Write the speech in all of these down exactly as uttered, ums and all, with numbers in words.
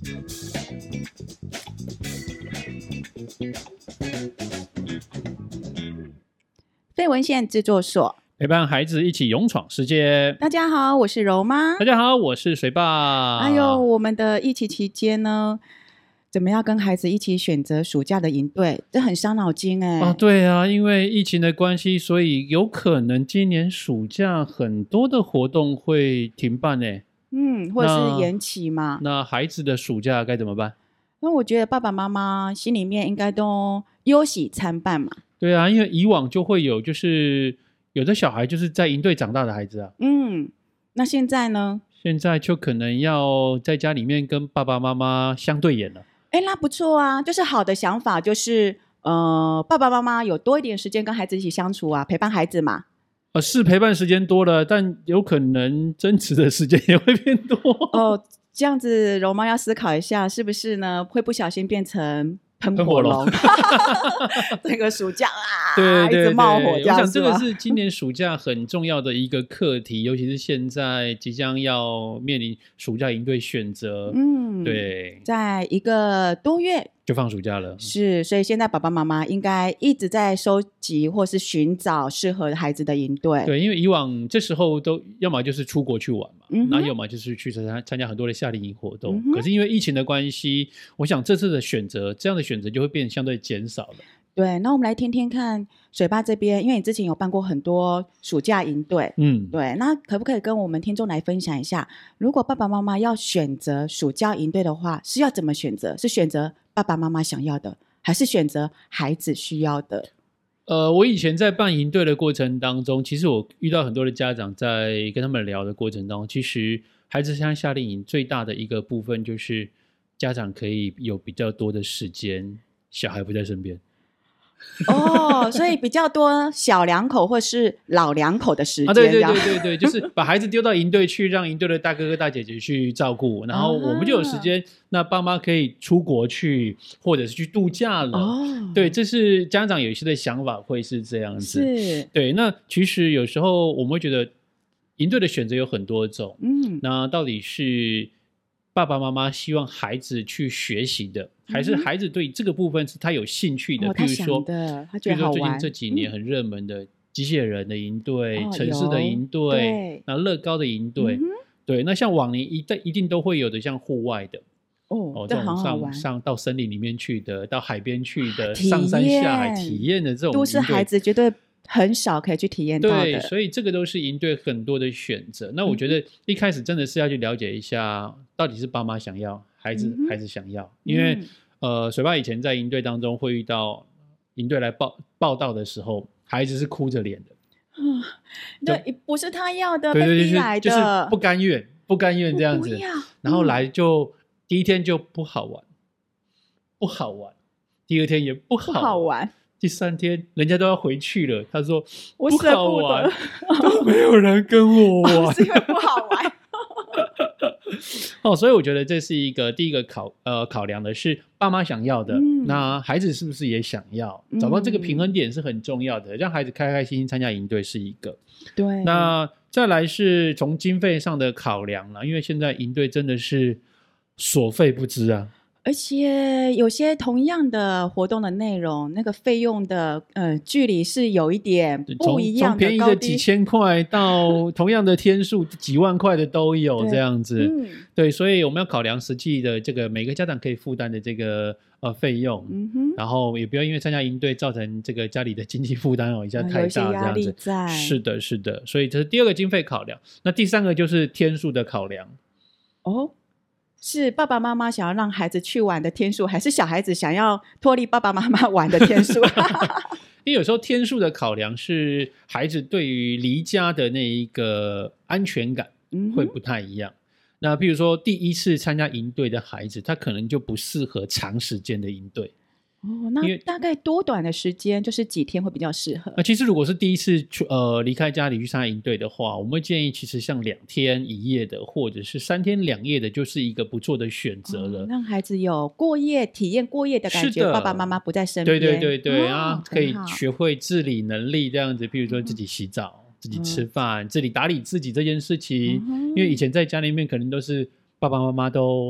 非文献制作所陪伴孩子一起勇闯世界。 大家好，我是柔妈。 大家好，我是水爸。 哎呦，我们的疫情期间呢，怎么样跟孩子一起选择暑假的营队，这很伤脑筋哎。 哦，对啊，因为疫情的关系，所以有可能今年暑假很多的活动会停办哎。 嗯，或者是延期嘛。 那孩子的暑假该怎么办？ 那我觉得爸爸妈妈心里面应该都忧喜参半嘛。 对啊，因为以往就会有，就是有的小孩就是在营队长大的孩子啊。 嗯，那现在呢？ 现在就可能要在家里面跟爸爸妈妈相对演了。 哎，那不错啊，就是好的想法，就是呃，爸爸妈妈有多一点时间跟孩子一起相处啊，陪伴孩子嘛。 呃，是陪伴时间多了，但有可能争执的时间也会变多。 哦，这样子柔妈要思考一下，是不是呢？会不小心变成喷喷火火龙， 龙这个暑假啊， 对对对， 一直冒火这样我想这个吗是今年暑假很重要的一个课题，尤其是现在即将要面临暑假营队选择， 嗯， 对， 在一个多月就放暑假了。 是，所以现在爸爸妈妈应该一直在收集或是寻找适合孩子的营队。 对，因为以往这时候都要么就是出国去玩嘛， 嗯哼那要么就是去参加参加很多的夏令营活动。 嗯哼可是因为疫情的关系，我想这次的选择，这样的选择就会变得相对减少了。 对，那我们来听听看水爸这边，因为你之前有办过很多暑假营队， 嗯， 对，那可不可以跟我们听众来分享一下，如果爸爸妈妈要选择暑假营队的话，是要怎么选择？是选择爸爸妈妈想要的，还是选择孩子需要的？ 呃，我以前在办营队的过程当中，其实我遇到很多的家长在跟他们聊的过程当中，其实孩子参加夏令营最大的一个部分就是家长可以有比较多的时间，小孩不在身边。 哦，所以比较多小两口或是老两口的时间， 啊，对对对对对，就是把孩子丢到营队去，让营队的大哥哥大姐姐去照顾，然后我们就有时间，那爸妈可以出国去，或者是去度假了。 哦， 对，这是家长有些的想法会是这样子。 是， 对，那其实有时候我们会觉得营队的选择有很多种， 嗯， 那到底是爸爸妈妈希望孩子去学习的，还是孩子对这个部分是他有兴趣的？ 哦，他想譬如说， 的，他觉比如说最近得好玩。 这几年很热门的机械人的营队、 哦城市的营队对， 那乐高的营队， 嗯哼对，那像往年一定一定都会有的，像户外的。 哦， 哦， 这这种上很好玩。 上到森林里面去的，到海边去的， 体上山下海验体验的这种都市营队孩子绝对很少可以去体验到对， 的。 所以这个都是营队很多的选择。那我觉得一开始真的是要去了解一下，到底是爸妈想要，孩子、 嗯哼孩子想要。因为、 嗯呃，水爸以前在营队当中会遇到营队来报报道的时候，孩子是哭着脸的， 嗯，对，不是他要的， 对对， 被就是逼来的， 就是不甘愿，不甘愿这样子我不要。 然后嗯来就、第一天就不好玩，不好玩，第二天也不好不好玩， 第三天人家都要回去了，他说我不舍不好玩得， 都没有人跟我玩。 是因为不好玩。 哦，所以我觉得这是一个第一个考呃考量的是爸妈想要的， 嗯那孩子是不是也想要？找到这个平衡点是很重要的，让孩子开开心心参加营队是一个。 对， 那再来是从经费上的考量了，因为现在营队真的是所费不赀啊。 而且有些同样的活动的内容，那个费用的呃距离是有一点不从一样从便宜高低的几千块到同样的天数几万块的都有对这样子。 嗯对，所以我们要考量实际的这个每个家长可以负担的这个呃费用， 嗯哼， 然后也不要因为参加营队造成这个家里的经济负担哦一下呃太有一些压大这样子。 力在， 是的，是的，所以这是第二个经费考量。那第三个就是天数的考量。 哦。是爸爸妈妈想要让孩子去玩的天数，还是小孩子想要脱离爸爸妈妈玩的天数？ 因为有时候天数的考量是孩子对于离家的那一个安全感嗯哼会不太一样。那比如说第一次参加营队的孩子，他可能就不适合长时间的营队。 哦， 因为那大概多短的时间，就是几天会比较适合那？其实如果是第一次出呃离开家里去参加营队的话，我们会建议其实像两天一夜的，或者是三天两夜的，就是一个不错的选择了。 哦让孩子有过夜体验过夜的感觉， 是的爸爸妈妈不在身边， 对对对对、 哦啊，可以很好学会自理能力这样子，比如说自己洗澡、自己吃饭、自己打理自己这件事情。 嗯哼因为以前在家里面可能都是爸爸妈妈都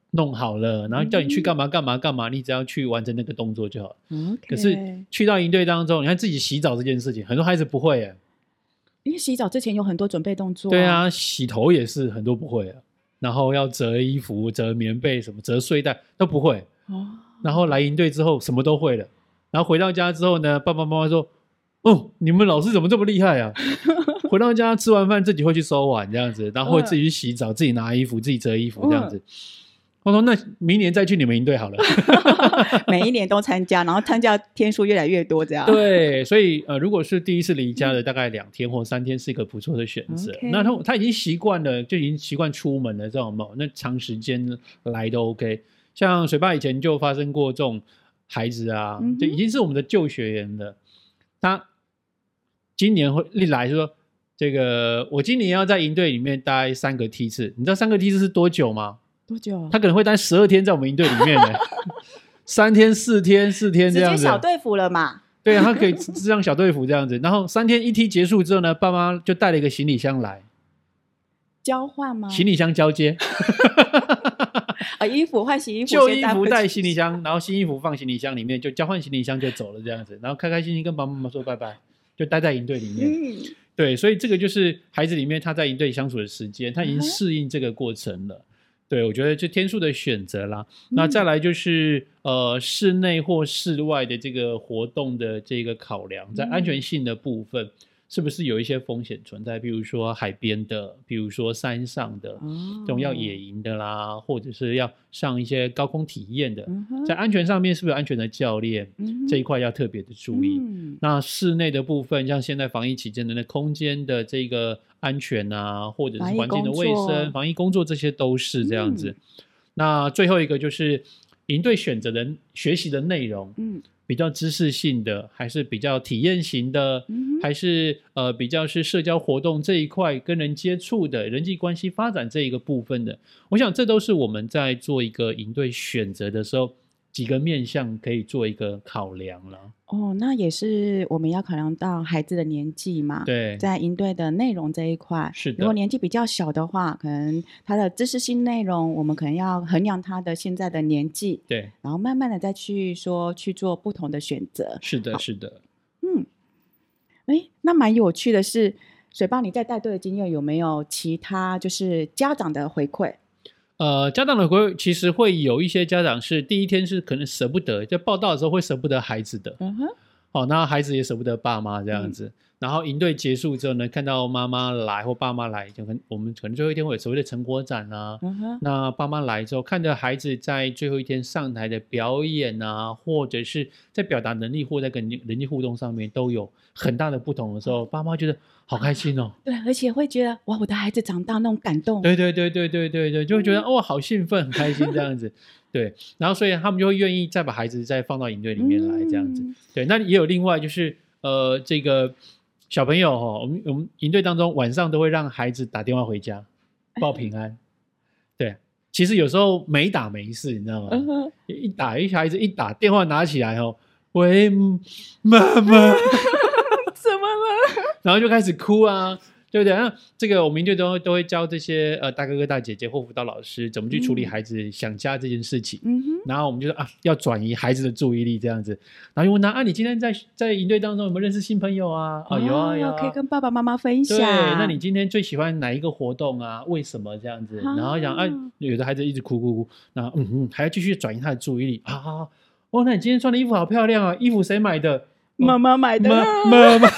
弄好了，然后叫你去干嘛干嘛干嘛，你只要去完成那个动作就好了。 嗯 OK 可是去到营队当中，你看自己洗澡这件事情，很多孩子不会耶。 因为洗澡之前有很多准备动作、啊。 对啊，洗头也是很多不会啊，然后要折衣服、折棉被什么、折睡袋都不会。 哦， 然后来营队之后什么都会了，然后回到家之后呢，爸爸妈妈说：“哦，你们老师怎么这么厉害啊？”回到家吃完饭自己会去收碗这样子，然后会自己去洗澡、嗯、自己拿衣服、自己折衣服这样子。嗯，我说那明年再去你们营队好了。 每一年都参加，然后参加天数越来越多这样。 对，所以呃，如果是第一次离家的，大概两天或三天是一个不错的选择。Okay. 那他他已经习惯了，就已经习惯出门了，这种那长时间来都 OK。像水爸以前就发生过这种孩子啊，嗯、就已经是我们的旧学员了。他今年会一来就说，这个我今年要在营队里面待三个梯次，你知道三个梯次是多久吗？ 多久？ 他可能会待十二天在我们营队里面的，三天、四天、四天这样子， 直接小队服了嘛？ 对啊，他可以这样小队服这样子，然后三天一梯结束之后呢，爸妈就带了一个行李箱来， 交换吗？ 行李箱交接， 啊，衣服换洗衣服， 旧衣服带行李箱，然后新衣服放行李箱里面，就交换行李箱就走了这样子，然后开开心心跟爸爸妈妈说拜拜，就待在营队里面。嗯，对，所以这个就是孩子里面他在营队相处的时间，他已经适应这个过程了。对，我觉得就天数的选择啦。嗯、那再来就是呃室内或室外的这个活动的这个考量，在安全性的部分、嗯、是不是有一些风险存在？比如说海边的，比如说山上的、哦、这种要野营的啦，或者是要上一些高空体验的、嗯、在安全上面是不是有安全的教练、嗯、这一块要特别的注意、嗯、那室内的部分，像现在防疫期间的那空间的这个安全啊，或者是环境的卫生、防疫工作，这些都是这样子、嗯、那最后一个就是营队选择的学习的内容、嗯、比较知识性的，还是比较体验型的、嗯、还是呃比较是社交活动这一块，跟人接触的人际关系发展这一个部分的，我想这都是我们在做一个营队选择的时候几个面向可以做一个考量了。 哦，那也是我们要考量到孩子的年纪嘛。 对， 在营队的内容这一块， 是的， 如果年纪比较小的话，可能他的知识性内容，我们可能要衡量他的现在的年纪， 对， 然后慢慢的再去说去做不同的选择。 是的，是的。 嗯，哎，那蛮有趣的是，水爸你在带队的经验有没有其他就是家长的回馈？ 呃，家长的回馈其实会有一些家长是第一天是可能舍不得，在报道的时候会舍不得孩子的，嗯哼，哦，那孩子也舍不得爸妈这样子。嗯，然后营队结束之后呢，看到妈妈来或爸妈来，就可能我们可能最后一天会有所谓的成果展啊，嗯，那爸妈来之后，看着孩子在最后一天上台的表演啊，或者是在表达能力或在跟人际互动上面都有很大的不同的时候，爸妈觉得好开心哦。 对，而且会觉得哇，我的孩子长大那种感动。 对对对对对对对，就会觉得、嗯、哇，好兴奋，很开心这样子。对，然后所以他们就会愿意再把孩子再放到营队里面来这样子。嗯、对，那也有另外就是呃这个。小朋友、哦、我们我们营队当中晚上都会让孩子打电话回家报平安。对，其实有时候没打没事，你知道吗？嗯、一打一孩子一打电话拿起来哦，喂妈妈， 怎么了？ 然后就开始哭啊。对不对？那这个我们营队都都会教这些呃大哥哥大姐姐或辅导老师怎么去处理孩子想家这件事情。嗯，然后我们就说啊，要转移孩子的注意力这样子。然后就问他啊，你今天在在营队当中有没有认识新朋友啊？ 哦，有啊有啊，可以跟爸爸妈妈分享。 对，那你今天最喜欢哪一个活动啊？为什么这样子？然后讲啊，有的孩子一直哭哭哭，然后嗯嗯，还要继续转移他的注意力啊。哦，那你今天穿的衣服好漂亮啊，衣服谁买的？ 妈妈买的。 妈妈。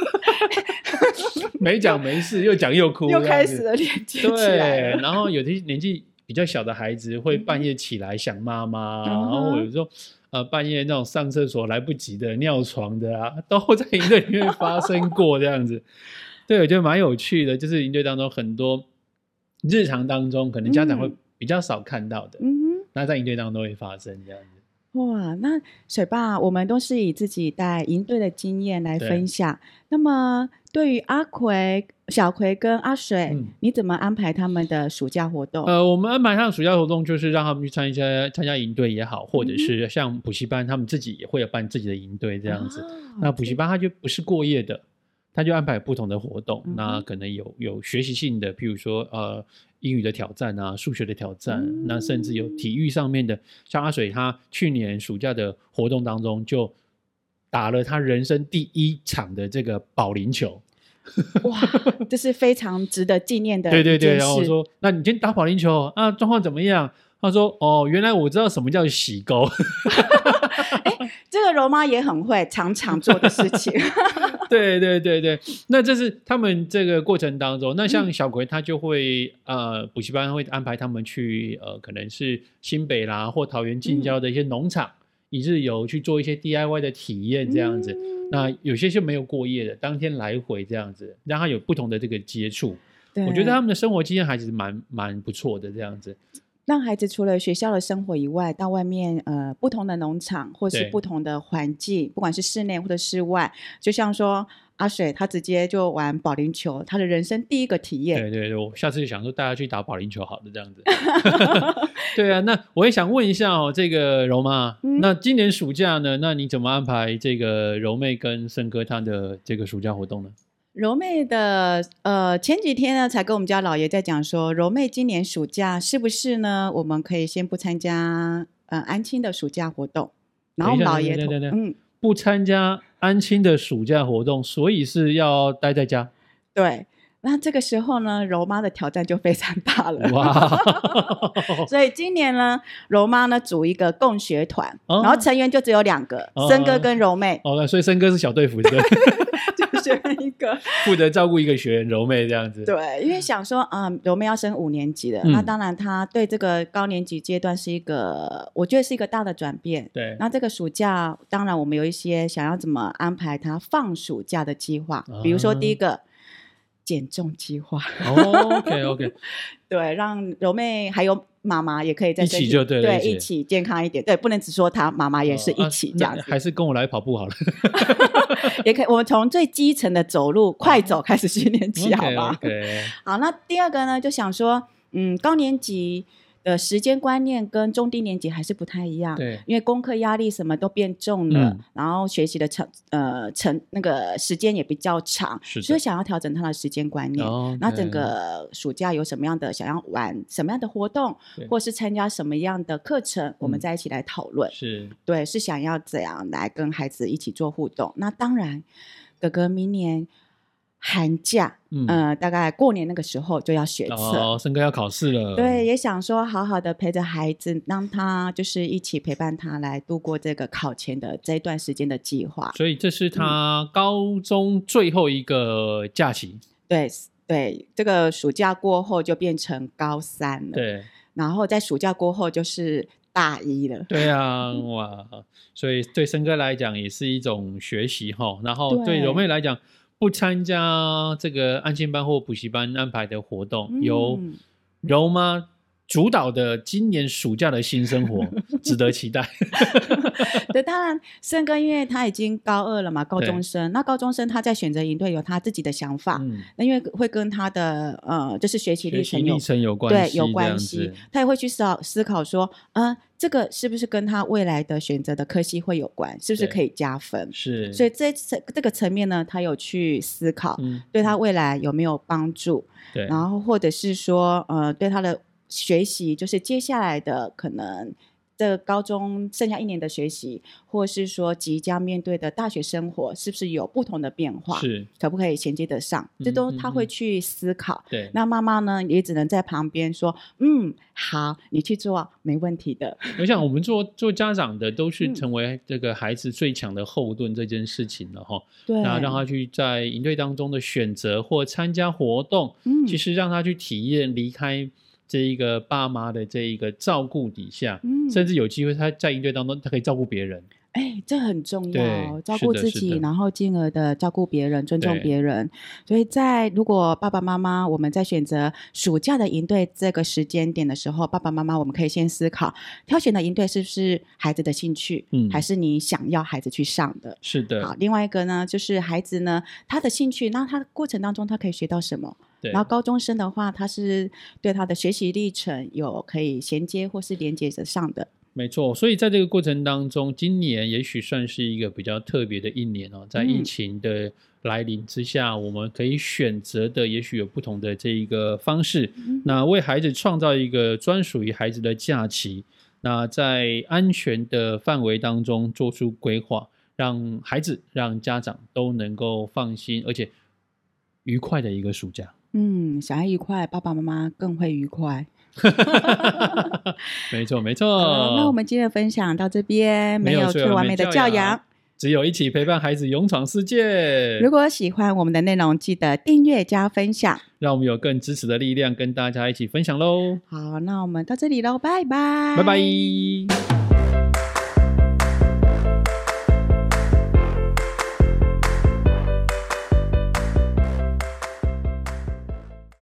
没讲没事，又讲又哭， 又开始了连接起来了。 对，然后有的年纪比较小的孩子会半夜起来想妈妈、嗯、然后有时候呃半夜那种上厕所来不及的、尿床的啊，都在营队里面发生过这样子。对，我觉得蛮有趣的，就是营队当中很多日常当中可能家长会比较少看到的，嗯、那在营队当中都会发生这样子。 哇，那水爸，我们都是以自己带营队的经验来分享。那么，对于阿奎、小奎跟阿水、嗯，你怎么安排他们的暑假活动？ 呃，我们安排他们暑假活动，就是让他们去参加参加营队也好，或者是像补习班，他们自己也会有办自己的营队这样子。哦、那补习班它就不是过夜的， 他就安排不同的活动， 嗯、 那可能有有学习性的，譬如说呃英语的挑战啊，数学的挑战，嗯、那甚至有体育上面的，像阿水他去年暑假的活动当中就打了他人生第一场的这个保龄球。 哇，这是非常值得纪念的对对对， 一件事。 然后我说那你今天打保龄球啊，状况怎么样？他说哦，原来我知道什么叫洗钩。 欸，这个柔妈也很会常常做的事情。 对对对对，那这是他们这个过程当中，那像小葵他就会、嗯、呃补习班会安排他们去呃可能是新北啦或桃园近郊的一些农场、嗯、一日游去做一些 D I Y 的体验这样子、嗯、那有些是没有过夜的，当天来回这样子，让他有不同的这个接触。我觉得他们的生活经验还是蛮蛮不错的这样子， 让孩子除了学校的生活以外，到外面呃不同的农场或是不同的环境，不管是室内或者室外，就像说阿水他直接就玩保龄球，他的人生第一个体验。 对对对，我下次就想说大家去打保龄球好的这样子。对啊，那我也想问一下哦，这个柔妈、嗯、那今年暑假呢，那你怎么安排这个柔妹跟森哥他的这个暑假活动呢？ 柔妹的呃前几天呢才跟我们家老爷在讲说，柔妹今年暑假是不是呢我们可以先不参加呃安亲的暑假活动，然后我们老爷嗯不参加安亲的暑假活动，所以是要待在家。 对，那这个时候呢柔妈的挑战就非常大了。 哇所以今年呢柔妈呢组一个共学团、哦、然后成员就只有两个、哦、森哥跟柔妹。 哦，所以森哥是小队服对就选一个负责照顾一个学员柔妹这样子。 对，因为想说嗯，柔妹要升五年级了、嗯、那当然她对这个高年级阶段是一个我觉得是一个大的转变。 对， 那这个暑假当然我们有一些想要怎么安排她放暑假的计划、啊、比如说第一个减重计划。 哦 OK OK 对，让柔妹还有妈妈也可以在一起就对了， 对，一起健康一点。对，不能只说她，妈妈也是一起这样子、 哦啊、还是跟我来跑步好了。 也可以，我们从最基层的走路快走开始训练起，好吧？ okay, okay. 好，那第二个呢就想说嗯，高年级的时间观念跟中低年级还是不太一样。 对， 因为功课压力什么都变重了、嗯、然后学习的成呃成那个时间也比较长，所以想要调整他的时间观念、哦 okay. 那整个暑假有什么样的想要玩什么样的活动，或是参加什么样的课程、嗯、我们再一起来讨论。 是，对， 是想要怎样来跟孩子一起做互动。那当然哥哥明年寒假、嗯呃、大概过年那个时候就要学测， 哦，森哥要考试了。 对，也想说好好的陪着孩子，让他就是一起陪伴他来度过这个考前的这一段时间的计划。 所以这是他高中最后一个假期、嗯、 对对，这个暑假过后就变成高三了。 对， 然后在暑假过后就是大一了。 对啊，哇，所以对森哥来讲也是一种学习齁，然后对柔妹来讲不参加这个安亲班或补习班安排的活动、嗯、由柔妈主导的今年暑假的新生活值得期待。 对，当然森哥因为他已经高二了嘛，高中生，那高中生他在选择营队有他自己的想法、嗯、那因为会跟他的呃就是学习历程有学习历程有关系， 对，有关系，他也会去思考思考说呃这个是不是跟他未来的选择的科系会有关，是不是可以加分， 是， 所以这这个层面呢他有去思考、嗯、对他未来有没有帮助，对，然后或者是说呃对他的学习就是接下来的可能这个高中剩下一年的学习，或是说即将面对的大学生活是不是有不同的变化，是可不可以衔接得上，这都他会去思考、嗯嗯嗯、对，那妈妈呢也只能在旁边说嗯好，你去做没问题的。 我想我们做做家长的都是成为这个孩子最强的后盾这件事情了齁，对，然后让他去在营队当中的选择或参加活动、嗯、其实让他去体验离开这一个爸妈的这一个照顾底下、嗯、甚至有机会他在营队当中他可以照顾别人， 哎，这很重要，照顾自己然后进而的照顾别人，尊重别人。所以在如果爸爸妈妈我们在选择暑假的营队这个时间点的时候，爸爸妈妈我们可以先思考挑选的营队是不是孩子的兴趣、嗯、还是你想要孩子去上的。 是的。 好，另外一个呢就是孩子呢他的兴趣，那他的过程当中他可以学到什么，然后高中生的话他是对他的学习历程有可以衔接或是连接得上的。 没错，所以在这个过程当中，今年也许算是一个比较特别的一年哦，在疫情的来临之下，嗯、我们可以选择的也许有不同的这一个方式，嗯、那为孩子创造一个专属于孩子的假期，那在安全的范围当中做出规划，让孩子、让家长都能够放心，而且愉快的一个暑假。 嗯，小孩愉快，爸爸妈妈更会愉快。 没错没错。 那我们今天的分享到这边，没有最完美的教养， 只有一起陪伴孩子勇闯世界。 如果喜欢我们的内容，记得订阅加分享， 让我们有更支持的力量跟大家一起分享咯。 好，那我们到这里咯，拜拜拜拜。